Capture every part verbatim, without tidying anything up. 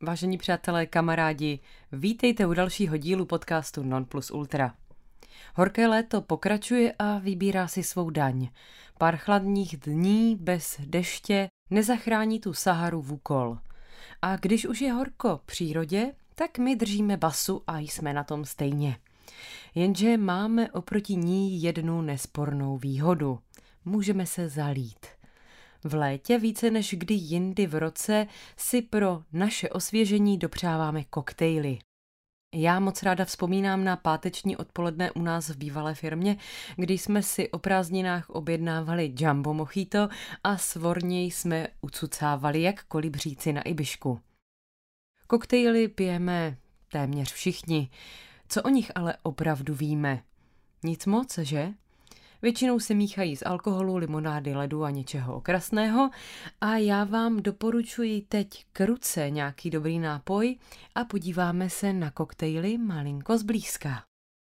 Vážení přátelé, kamarádi, vítejte u dalšího dílu podcastu Non Plus Ultra. Horké léto pokračuje a vybírá si svou daň. Pár chladných dní bez deště nezachrání tu Saharu v úkol. A když už je horko v přírodě, tak my držíme basu a jsme na tom stejně. Jenže máme oproti ní jednu nespornou výhodu. Můžeme se zalít. V létě více než kdy jindy v roce si pro naše osvěžení dopřáváme koktejly. Já moc ráda vzpomínám na páteční odpoledne u nás v bývalé firmě, kdy jsme si o prázdninách objednávali jumbo mojito a svorně jsme ucucávali jak kolibříci na Ibišku. Koktejly pijeme téměř všichni. Co o nich ale opravdu víme? Nic moc, že? Většinou se míchají z alkoholu, limonády, ledu a něčeho okrasného a já vám doporučuji teď k ruce nějaký dobrý nápoj a podíváme se na koktejly malinko zblízka.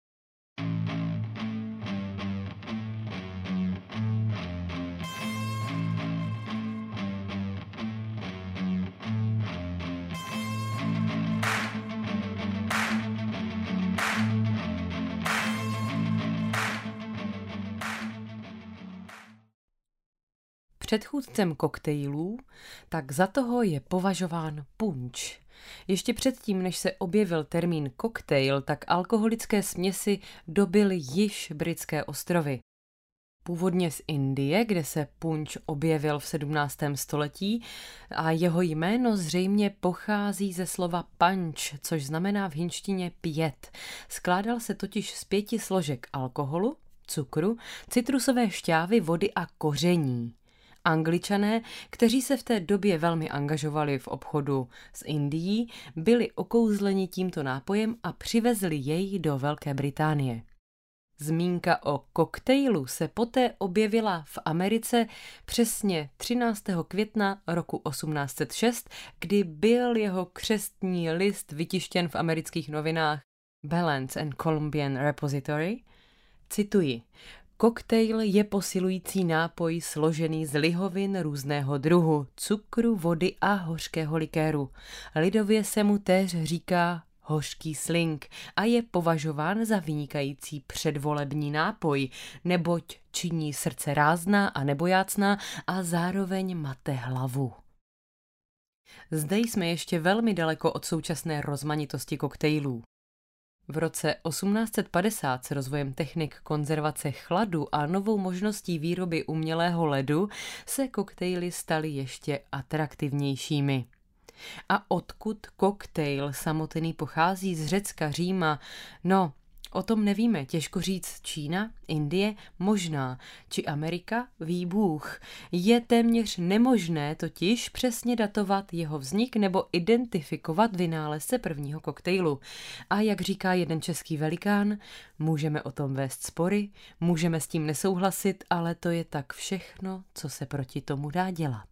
Předchůdcem koktejlů, tak za toho je považován punč. Ještě předtím, než se objevil termín koktejl, tak alkoholické směsi dobyly již britské ostrovy. Původně z Indie, kde se punč objevil v sedmnáctém století a jeho jméno zřejmě pochází ze slova punch, což znamená v hindštině pět. Skládal se totiž z pěti složek alkoholu, cukru, citrusové šťávy, vody a koření. Angličané, kteří se v té době velmi angažovali v obchodu s Indií, byli okouzleni tímto nápojem a přivezli jej do Velké Británie. Zmínka o koktejlu se poté objevila v Americe přesně třináctého května roku osmnáct set šest, kdy byl jeho křestní list vytištěn v amerických novinách Balance and Columbian Repository. Cituji. Koktejl je posilující nápoj složený z lihovin různého druhu, cukru, vody a hořkého likéru. Lidově se mu též říká hořký sling a je považován za vynikající předvolební nápoj, neboť činí srdce rázná a nebojácná a zároveň mate hlavu. Zde jsme ještě velmi daleko od současné rozmanitosti koktejlů. V roce osmnáct set padesát s rozvojem technik konzervace chladu a novou možností výroby umělého ledu se koktejly staly ještě atraktivnějšími. A odkud koktejl samotný pochází z Řecka, Říma? No, o tom nevíme, těžko říct. Čína, Indie, možná, či Amerika, ví Bůh. Je téměř nemožné totiž přesně datovat jeho vznik nebo identifikovat vynálezce prvního koktejlu. A jak říká jeden český velikán, můžeme o tom vést spory, můžeme s tím nesouhlasit, ale to je tak všechno, co se proti tomu dá dělat.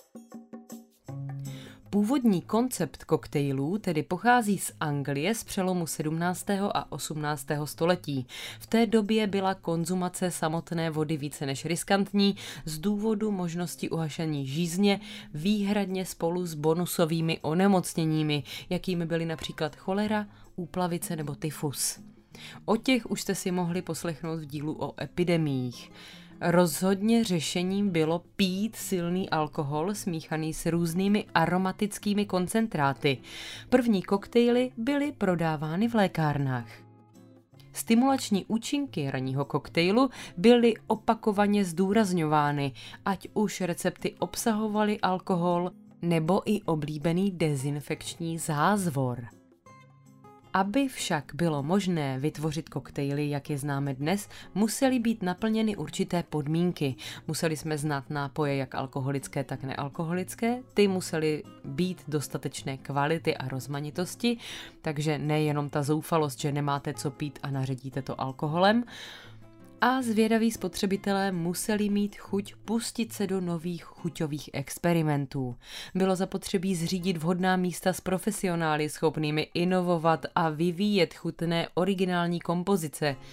Původní koncept koktejlů tedy pochází z Anglie z přelomu sedmnáctého a osmnáctého století. V té době byla konzumace samotné vody více než riskantní z důvodu možnosti uhašení žízně výhradně spolu s bonusovými onemocněními, jakými byly například cholera, úplavice nebo tyfus. O těch už jste si mohli poslechnout v dílu o epidemiích. Rozhodně řešením bylo pít silný alkohol smíchaný s různými aromatickými koncentráty. První koktejly byly prodávány v lékárnách. Stimulační účinky ranního koktejlu byly opakovaně zdůrazňovány, ať už recepty obsahovaly alkohol nebo i oblíbený dezinfekční zázvor. Aby však bylo možné vytvořit koktejly, jak je známe dnes, musely být naplněny určité podmínky. Museli jsme znát nápoje jak alkoholické, tak nealkoholické. Ty musely být dostatečné kvality a rozmanitosti, takže nejenom ta zoufalost, že nemáte co pít a naředíte to alkoholem. A zvědaví spotřebitelé museli mít chuť pustit se do nových chuťových experimentů. Bylo zapotřebí zřídit vhodná místa s profesionály schopnými inovovat a vyvíjet chutné originální kompozice.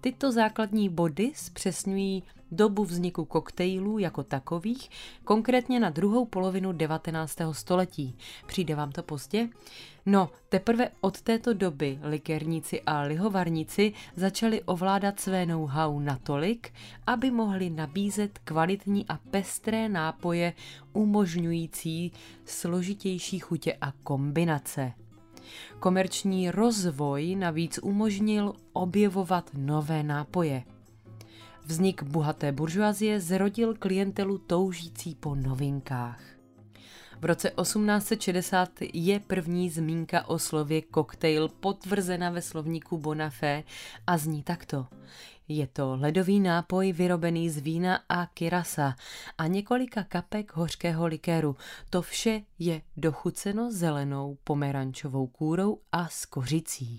Tyto základní body zpřesňují dobu vzniku koktejlů jako takových, konkrétně na druhou polovinu devatenáctého století. Přijde vám to pozdě? No, teprve od této doby likérníci a lihovarníci začali ovládat své know-how natolik, aby mohli nabízet kvalitní a pestré nápoje umožňující složitější chutě a kombinace. Komerční rozvoj navíc umožnil objevovat nové nápoje. Vznik bohaté buržoazie zrodil klientelu toužící po novinkách. V roce osmnáct set šedesát je první zmínka o slově koktejl potvrzena ve slovníku Bonafé a zní takto. Je to ledový nápoj vyrobený z vína a kyrasa a několika kapek hořkého likéru. To vše je dochuceno zelenou pomerančovou kůrou a s kořicí.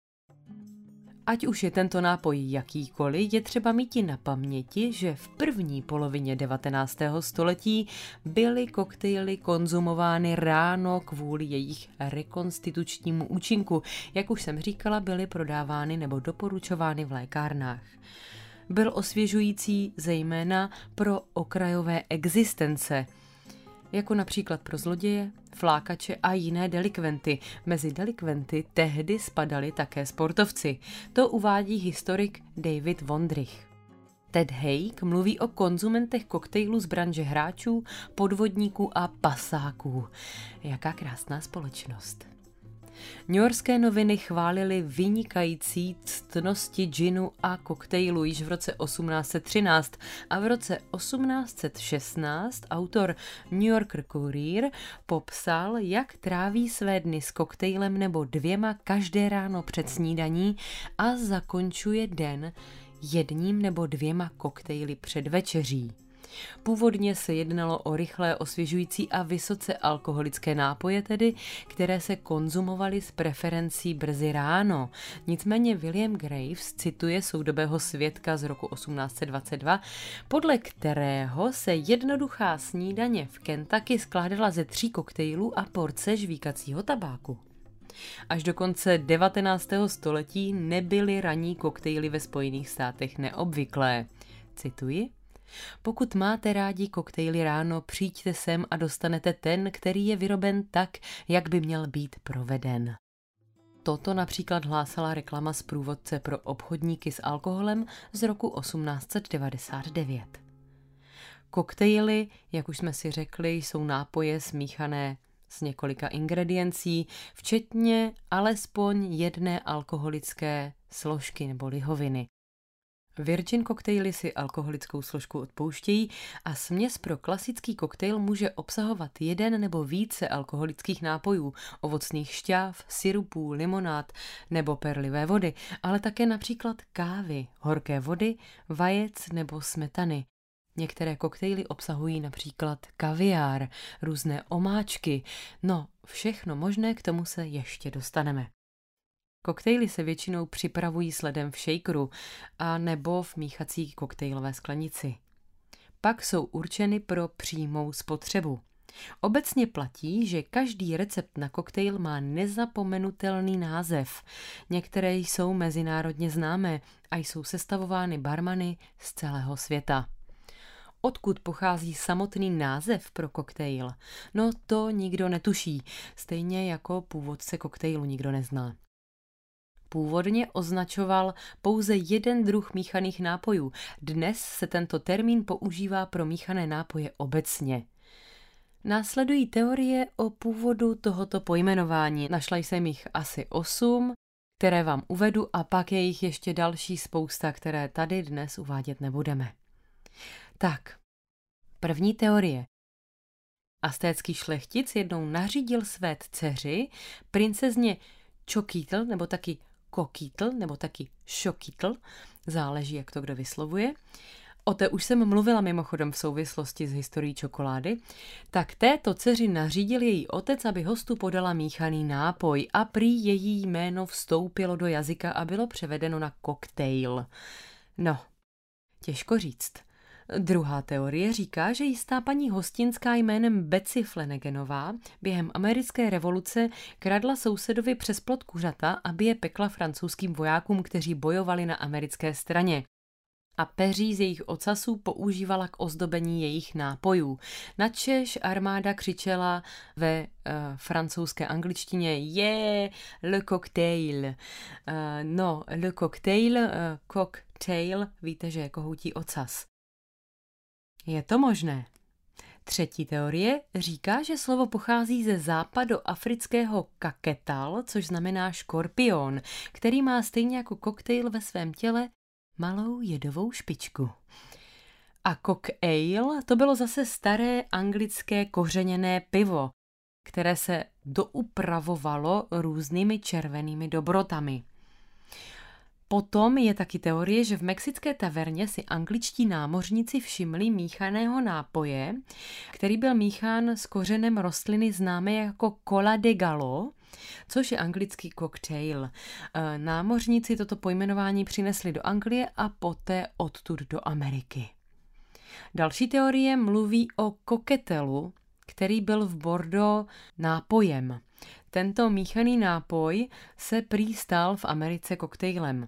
Ať už je tento nápoj jakýkoliv, je třeba mít na paměti, že v první polovině devatenáctého století byly koktejly konzumovány ráno kvůli jejich rekonstitučnímu účinku. Jak už jsem říkala, byly prodávány nebo doporučovány v lékárnách. Byl osvěžující zejména pro okrajové existence, jako například pro zloděje, flákače a jiné delikventy. Mezi delikventy tehdy spadali také sportovci. To uvádí historik David Wondrich. Ted Haig mluví o konzumentech koktejlu z branže hráčů, podvodníků a pasáků. Jaká krásná společnost. Newyorské noviny chválily vynikající ctnosti džinu a koktejlu již v roce osmnáct set třináct a v roce osmnáct set šestnáct autor New Yorker Courier popsal, jak tráví své dny s koktejlem nebo dvěma každé ráno před snídaní a zakončuje den jedním nebo dvěma koktejly před večeří. Původně se jednalo o rychlé, osvěžující a vysoce alkoholické nápoje tedy, které se konzumovaly s preferencí brzy ráno. Nicméně William Graves cituje soudobého svědka z roku osmnáct set dvacet dva, podle kterého se jednoduchá snídaně v Kentucky skládala ze tří koktejlů a porce žvíkacího tabáku. Až do konce devatenáctého století nebyly ranní koktejly ve Spojených státech neobvyklé. Cituji. Pokud máte rádi koktejly ráno, přijďte sem a dostanete ten, který je vyroben tak, jak by měl být proveden. Toto například hlásala reklama z průvodce pro obchodníky s alkoholem z roku osmnáct set devadesát devět. Koktejly, jak už jsme si řekli, jsou nápoje smíchané z několika ingrediencí, včetně alespoň jedné alkoholické složky nebo lihoviny. Virgin koktejly si alkoholickou složku odpouštějí a směs pro klasický koktejl může obsahovat jeden nebo více alkoholických nápojů, ovocných šťáv, sirupů, limonád nebo perlivé vody, ale také například kávy, horké vody, vajec nebo smetany. Některé koktejly obsahují například kaviár, různé omáčky, no všechno možné, k tomu se ještě dostaneme. Koktejly se většinou připravují s ledem v shakeru a nebo v míchací koktejlové sklenici. Pak jsou určeny pro přímou spotřebu. Obecně platí, že každý recept na koktejl má nezapomenutelný název. Některé jsou mezinárodně známé a jsou sestavovány barmany z celého světa. Odkud pochází samotný název pro koktejl? No to nikdo netuší, stejně jako původce koktejlu nikdo nezná. Původně označoval pouze jeden druh míchaných nápojů. Dnes se tento termín používá pro míchané nápoje obecně. Následují teorie o původu tohoto pojmenování. Našla jsem jich asi osm, které vám uvedu a pak je jich ještě další spousta, které tady dnes uvádět nebudeme. Tak, první teorie. Aztécký šlechtic jednou nařídil své dceři, princezně Čokýtl, nebo taky Kokýtl, nebo taky Šokýtl, záleží, jak to kdo vyslovuje. O té už jsem mluvila mimochodem v souvislosti s historií čokolády. Tak této dceři nařídil její otec, aby hostu podala míchaný nápoj a prý její jméno vstoupilo do jazyka a bylo převedeno na koktejl. No, těžko říct. Druhá teorie říká, že jistá paní hostinská jménem Betsy Flanaganová během americké revoluce kradla sousedovi přes plot kuřata, aby je pekla francouzským vojákům, kteří bojovali na americké straně. A peří z jejich ocasů používala k ozdobení jejich nápojů. Načež armáda křičela ve uh, francouzské angličtině je le cocktail. Uh, no, le cocktail, uh, cocktail, víte, že je kohoutí ocas. Je to možné. Třetí teorie říká, že slovo pochází ze západoafrického kaketal, což znamená škorpion, který má stejně jako koktejl ve svém těle malou jedovou špičku. A cock ale to bylo zase staré anglické kořeněné pivo, které se doupravovalo různými červenými dobrotami. Potom je taky teorie, že v mexické taverně si angličtí námořníci všimli míchaného nápoje, který byl míchán s kořenem rostliny známé jako cola de gallo, což je anglický cocktail. Námořníci toto pojmenování přinesli do Anglie a poté odtud do Ameriky. Další teorie mluví o koketelu, který byl v Bordeaux nápojem. Tento míchaný nápoj se prý stal v Americe koktejlem.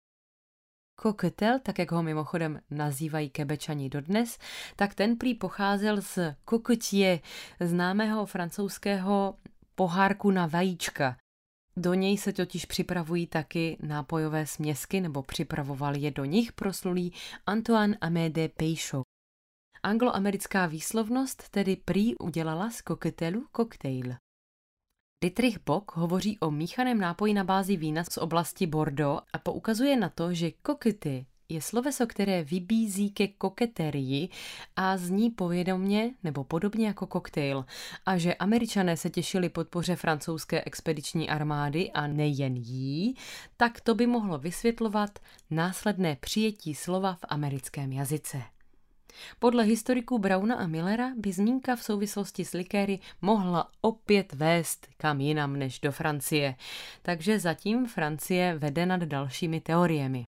Koketel, tak jak ho mimochodem nazývají Quebečani dodnes, tak ten prý pocházel z cocotier, známého francouzského pohárku na vajíčka. Do něj se totiž připravují taky nápojové směsky, nebo připravoval je do nich proslulý Antoine Amédée Peychaud. Angloamerická výslovnost tedy prý udělala z koketelu koktejl. Dietrich Bock hovoří o míchaném nápoji na bázi vína z oblasti Bordeaux a poukazuje na to, že kokety je sloveso, které vybízí ke koketerii a zní povědomně nebo podobně jako koktejl. A že Američané se těšili podpoře francouzské expediční armády a nejen jí, tak to by mohlo vysvětlovat následné přijetí slova v americkém jazyce. Podle historiků Brauna a Millera by zmínka v souvislosti s likéry mohla opět vést kam jinam než do Francie, takže zatím Francie vede nad dalšími teoriemi.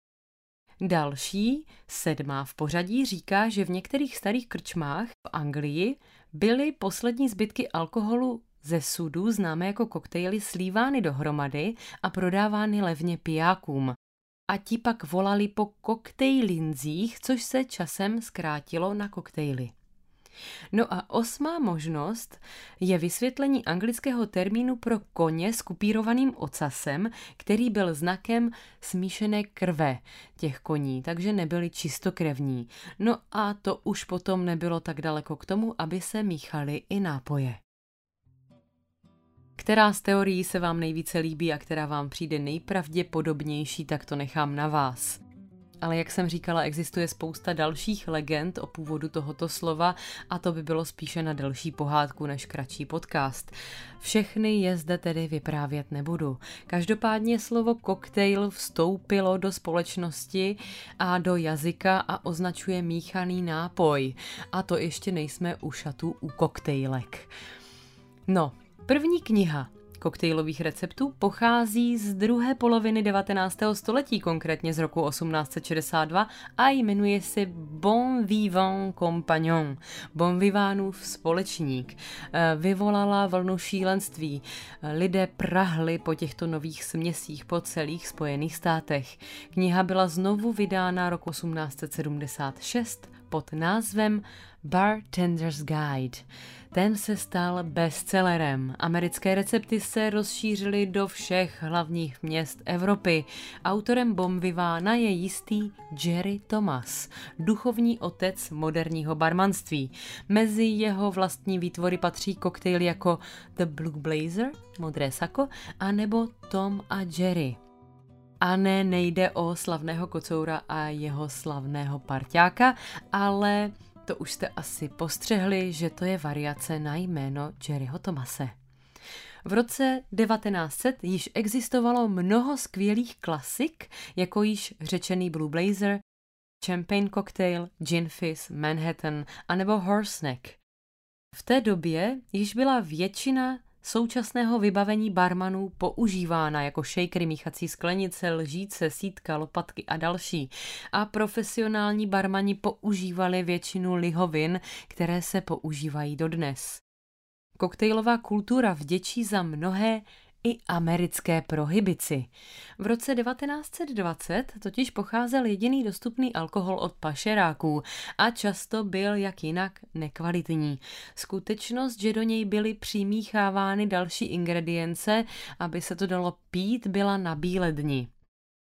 Další, sedmá v pořadí, říká, že v některých starých krčmách v Anglii byly poslední zbytky alkoholu ze sudů, známé jako koktejly, slívány dohromady a prodávány levně pijákům. A ti pak volali po koktejlinzích, což se časem zkrátilo na koktejly. No a osmá možnost je vysvětlení anglického termínu pro koně s kupírovaným ocasem, který byl znakem smíšené krve těch koní, takže nebyli čistokrevní. No a to už potom nebylo tak daleko k tomu, aby se míchaly i nápoje. Která z teorií se vám nejvíce líbí a která vám přijde nejpravděpodobnější, tak to nechám na vás. Ale jak jsem říkala, existuje spousta dalších legend o původu tohoto slova a to by bylo spíše na delší pohádku než kratší podcast. Všechny je zde tedy vyprávět nebudu. Každopádně slovo koktejl vstoupilo do společnosti a do jazyka a označuje míchaný nápoj. A to ještě nejsme u šatů u koktejlek. No, první kniha koktejlových receptů pochází z druhé poloviny devatenáctého století, konkrétně z roku osmnáct set šedesát dva a jmenuje se Bon Vivant Compagnon, Bon Vivantův společník. Vyvolala vlnu šílenství. Lidé prahli po těchto nových směsích po celých Spojených státech. Kniha byla znovu vydána roku osmnáct set sedmdesát šest pod názvem Bartender's Guide. Ten se stal bestsellerem. Americké recepty se rozšířily do všech hlavních měst Evropy. Autorem Bon Vivantu je jistý Jerry Thomas, duchovní otec moderního barmanství. Mezi jeho vlastní výtvory patří koktejly jako The Blue Blazer, modré sako, anebo Tom a Jerry. A ne, nejde o slavného kocoura a jeho slavného parťáka, ale to už jste asi postřehli, že to je variace na jméno Jerryho Thomase. V roce devatenáct set již existovalo mnoho skvělých klasik, jako již řečený Blue Blazer, Champagne Cocktail, Gin Fizz, Manhattan anebo Horseneck. V té době již byla většina současného vybavení barmanů používána jako shakery, míchací sklenice, lžíce, sítka, lopatky a další. A profesionální barmani používali většinu lihovin, které se používají dodnes. Koktejlová kultura vděčí za mnohé i americké prohibici. V roce devatenáct set dvacet totiž pocházel jediný dostupný alkohol od pašeráků a často byl jak jinak nekvalitní. Skutečnost, že do něj byly přimíchávány další ingredience, aby se to dalo pít, byla nabíledni.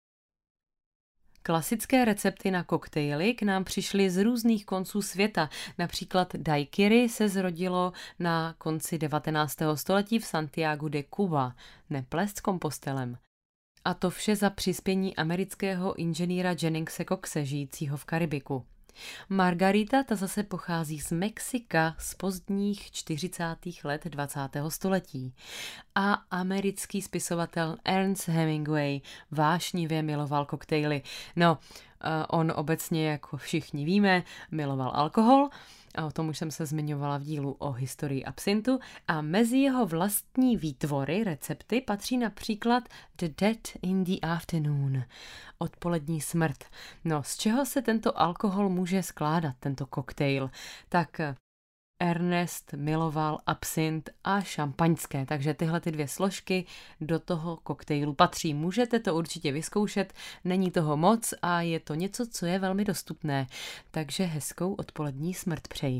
Klasické recepty na koktejly k nám přišly z různých konců světa. Například daiquiri se zrodilo na konci devatenáctého století v Santiagu de Cuba, neplést s kompostelem. A to vše za přispění amerického inženýra Jenningse Coxe, žijícího v Karibiku. Margarita ta zase pochází z Mexika z pozdních čtyřicátých let dvacátého století. A americký spisovatel Ernest Hemingway vášnivě miloval koktejly. No, on obecně, jako všichni víme, miloval alkohol, a o tom už jsem se zmiňovala v dílu o historii absintu, a mezi jeho vlastní výtvory, recepty, patří například The Dead in the Afternoon, odpolední smrt. No, z čeho se tento alkohol může skládat, tento koktejl? Tak Ernest miloval absint a šampaňské, takže tyhle ty dvě složky do toho koktejlu patří. Můžete to určitě vyzkoušet, není toho moc a je to něco, co je velmi dostupné, takže hezkou odpolední smrt přeji.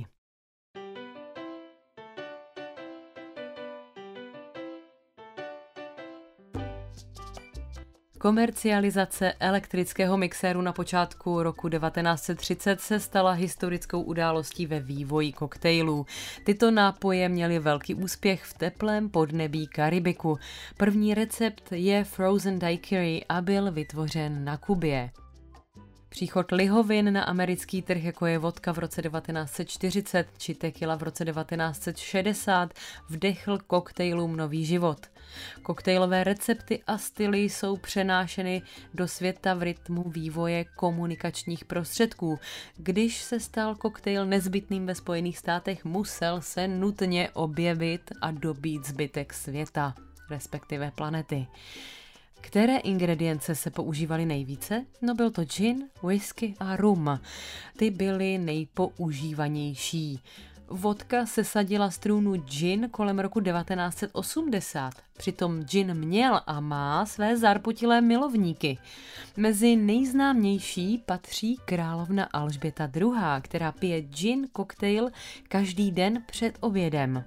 Komercializace elektrického mixéru na počátku roku devatenáct set třicet se stala historickou událostí ve vývoji koktejlů. Tyto nápoje měly velký úspěch v teplém podnebí Karibiku. První recept je Frozen Daiquiri a byl vytvořen na Kubě. Příchod lihovin na americký trh, jako je vodka v roce devatenáct set čtyřicet či tequila v roce devatenáct set šedesát, vdechl koktejlům nový život. Koktejlové recepty a styly jsou přenášeny do světa v rytmu vývoje komunikačních prostředků. Když se stal koktejl nezbytným ve Spojených státech, musel se nutně objevit a dobít zbytek světa, respektive planety. Které ingredience se používaly nejvíce? No byl to gin, whisky a rum. Ty byly nejpoužívanější. Vodka se sadila z trůnu gin kolem roku devatenáct set osmdesát. Přitom gin měl a má své zarputilé milovníky. Mezi nejznámější patří královna Alžběta druhá., která pije gin koktejl každý den před obědem.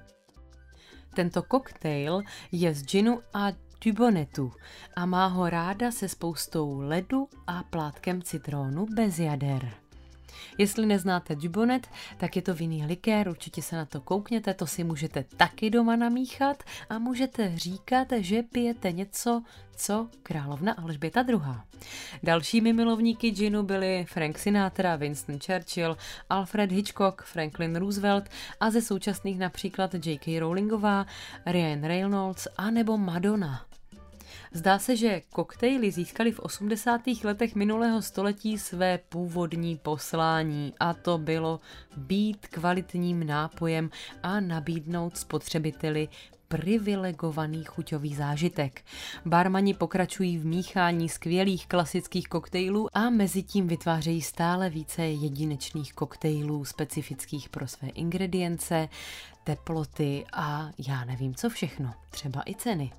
Tento koktejl je z ginu a Dubonetu a má ho ráda se spoustou ledu a plátkem citrónu bez jader. Jestli neznáte Dubonet, tak je to vinný likér, určitě se na to koukněte, to si můžete taky doma namíchat a můžete říkat, že pijete něco, co královna Alžběta druhá. Dalšími milovníky ginu byli Frank Sinatra, Winston Churchill, Alfred Hitchcock, Franklin Roosevelt a ze současných například J K Rowlingová, Ryan Reynolds a nebo Madonna. Zdá se, že koktejly získaly v osmdesátých letech minulého století své původní poslání, a to bylo být kvalitním nápojem a nabídnout spotřebiteli privilegovaný chuťový zážitek. Barmani pokračují v míchání skvělých klasických koktejlů a mezi tím vytvářejí stále více jedinečných koktejlů specifických pro své ingredience, teploty a já nevím co všechno, třeba i ceny.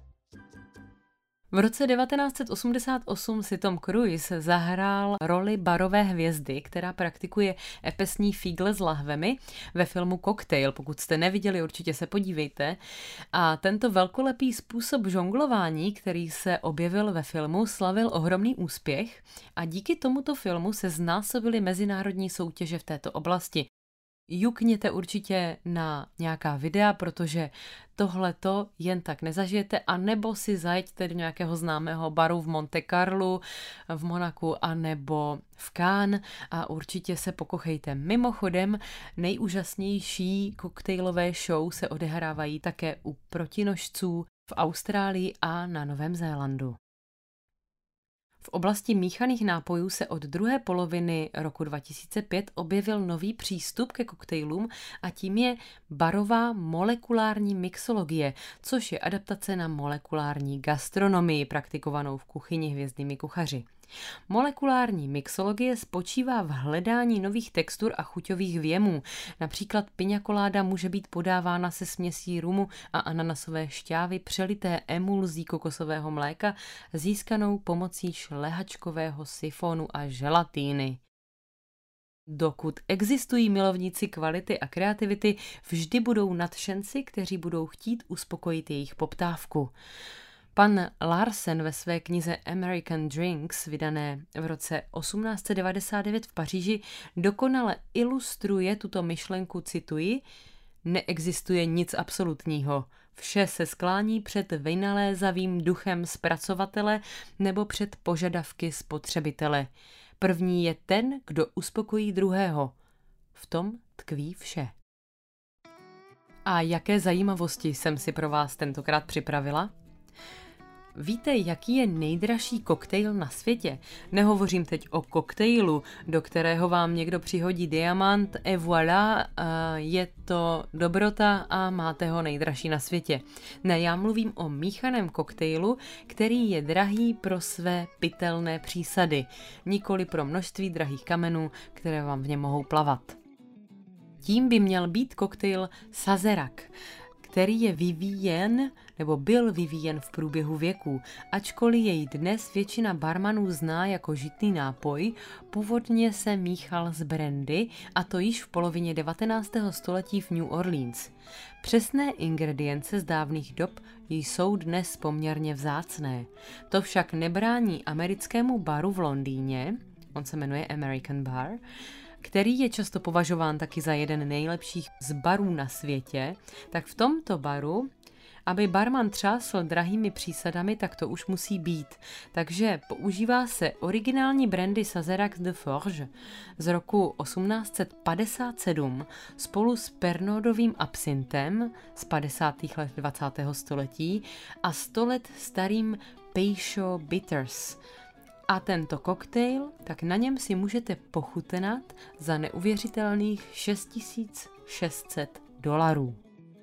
V roce devatenáct set osmdesát osm si Tom Cruise zahrál roli barové hvězdy, která praktikuje epesní fígle s lahvemi ve filmu Cocktail. Pokud jste neviděli, určitě se podívejte. A tento velkolepý způsob žonglování, který se objevil ve filmu, slavil ohromný úspěch a díky tomuto filmu se znásobily mezinárodní soutěže v této oblasti. Jukněte určitě na nějaká videa, protože tohleto jen tak nezažijete, a nebo si zajeďte do nějakého známého baru v Monte Carlu, v Monaku a nebo v Cannes a určitě se pokochejte. Mimochodem, nejúžasnější koktejlové show se odehrávají také u protinožců v Austrálii a na Novém Zélandu. V oblasti míchaných nápojů se od druhé poloviny roku dva tisíce pět objevil nový přístup ke koktejlům a tím je barová molekulární mixologie, což je adaptace na molekulární gastronomii praktikovanou v kuchyni hvězdnými kuchaři. Molekulární mixologie spočívá v hledání nových textur a chuťových vjemů. Například piña colada může být podávána se směsí rumu a ananasové šťávy přelité emulzí kokosového mléka získanou pomocí šlehačkového sifonu a želatíny. Dokud existují milovníci kvality a kreativity, vždy budou nadšenci, kteří budou chtít uspokojit jejich poptávku. Pan Larsen ve své knize American Drinks, vydané v roce osmnáct set devadesát devět v Paříži, dokonale ilustruje tuto myšlenku, cituji: neexistuje nic absolutního. Vše se sklání před vynalézavým duchem zpracovatele nebo před požadavky spotřebitele. První je ten, kdo uspokojí druhého. V tom tkví vše. A jaké zajímavosti jsem si pro vás tentokrát připravila? Víte, jaký je nejdražší koktejl na světě? Nehovořím teď o koktejlu, do kterého vám někdo přihodí diamant et voilà, je to dobrota a máte ho nejdražší na světě. Ne, já mluvím o míchaném koktejlu, který je drahý pro své pitelné přísady, nikoli pro množství drahých kamenů, které vám v něm mohou plavat. Tím by měl být koktejl Sazerac, který je vyvíjen nebo byl vyvíjen v průběhu věků. Ačkoliv jej dnes většina barmanů zná jako žitný nápoj, původně se míchal z brandy, a to již v polovině devatenáctého století v New Orleans. Přesné ingredience z dávných dob jsou dnes poměrně vzácné. To však nebrání americkému baru v Londýně, on se jmenuje American Bar, který je často považován taky za jeden nejlepších z barů na světě, tak v tomto baru, aby barman třásl drahými přísadami, tak to už musí být. Takže používá se originální brandy Sazerac de Forge z roku osmnáct set padesát sedm spolu s Pernodovým absintem z padesátých let dvacátého století a sto let starým Peychaud Bitters. A tento koktejl, tak na něm si můžete pochutnat za neuvěřitelných šest tisíc šest set dolarů.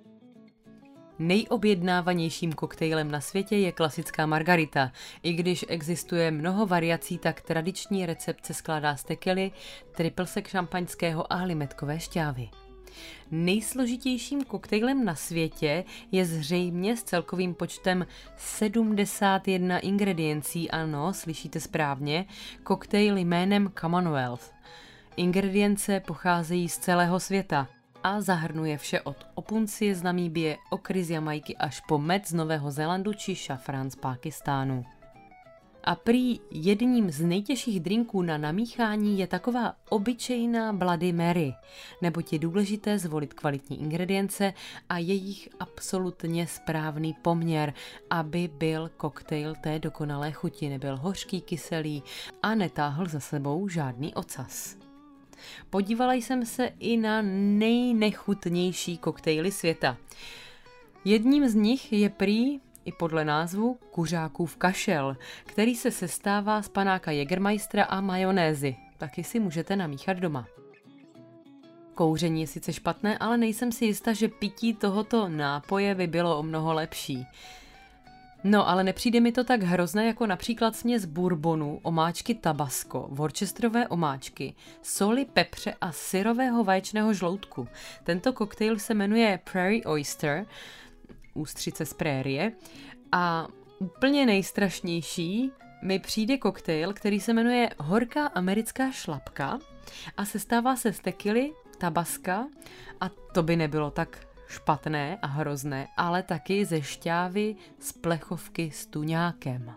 Nejobjednávanějším koktejlem na světě je klasická margarita. I když existuje mnoho variací, tak tradiční recept se skládá z tequily, triple sec šampaňského a limetkové šťávy. Nejsložitějším koktejlem na světě je zřejmě s celkovým počtem sedmdesát jedna ingrediencí, ano, slyšíte správně, koktejl jménem Commonwealth. Ingredience pocházejí z celého světa a zahrnuje vše od opuncie z Namíbie, okry z Jamajky až po med z Nového Zélandu či šafrán z Pákistánu. A prý jedním z nejtěžších drinků na namíchání je taková obyčejná Bloody Mary, neboť je důležité zvolit kvalitní ingredience a jejich absolutně správný poměr, aby byl koktejl té dokonalé chuti, nebyl hořký, kyselý a netáhl za sebou žádný ocas. Podívala jsem se i na nejnechutnější koktejly světa. Jedním z nich je prý i podle názvu kuřákův kašel, který se sestává z panáka Jägermeistera a majonézy. Taky si můžete namíchat doma. Kouření je sice špatné, ale nejsem si jistá, že pití tohoto nápoje by bylo o mnoho lepší. No, ale nepřijde mi to tak hrozné jako například směs bourbonu, omáčky tabasco, worcesterové omáčky, soli, pepře a syrového vaječného žloutku. Tento koktejl se jmenuje Prairie Oyster, ústřice z prérie, a úplně nejstrašnější mi přijde koktejl, který se jmenuje Horká americká šlapka a sestává se z tequily, tabaska, a to by nebylo tak špatné a hrozné, ale taky ze šťávy z plechovky s tuňákem.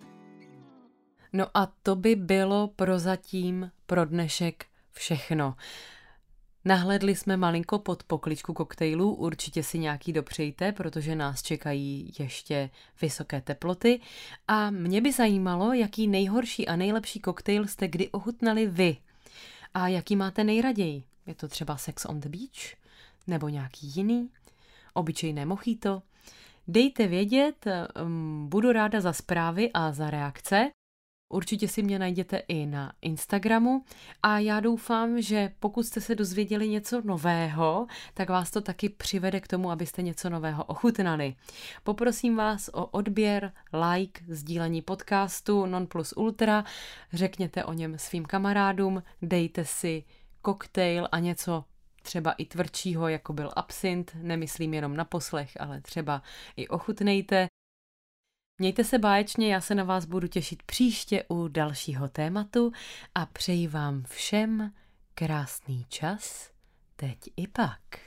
No a to by bylo prozatím pro dnešek všechno. Nahlédli jsme malinko pod pokličku koktejlů, určitě si nějaký dopřejte, protože nás čekají ještě vysoké teploty. A mě by zajímalo, jaký nejhorší a nejlepší koktejl jste kdy ochutnali vy. A jaký máte nejraději? Je to třeba Sex on the Beach? Nebo nějaký jiný? Obyčejné mojito? Dejte vědět, budu ráda za zprávy a za reakce. Určitě si mě najděte i na Instagramu a já doufám, že pokud jste se dozvěděli něco nového, tak vás to taky přivede k tomu, abyste něco nového ochutnali. Poprosím vás o odběr, like, sdílení podcastu Non Plus Ultra, řekněte o něm svým kamarádům, dejte si koktejl a něco třeba i tvrdšího, jako byl absint, nemyslím jenom na poslech, ale třeba i ochutnejte. Mějte se báječně, já se na vás budu těšit příště u dalšího tématu a přeji vám všem krásný čas, teď i pak.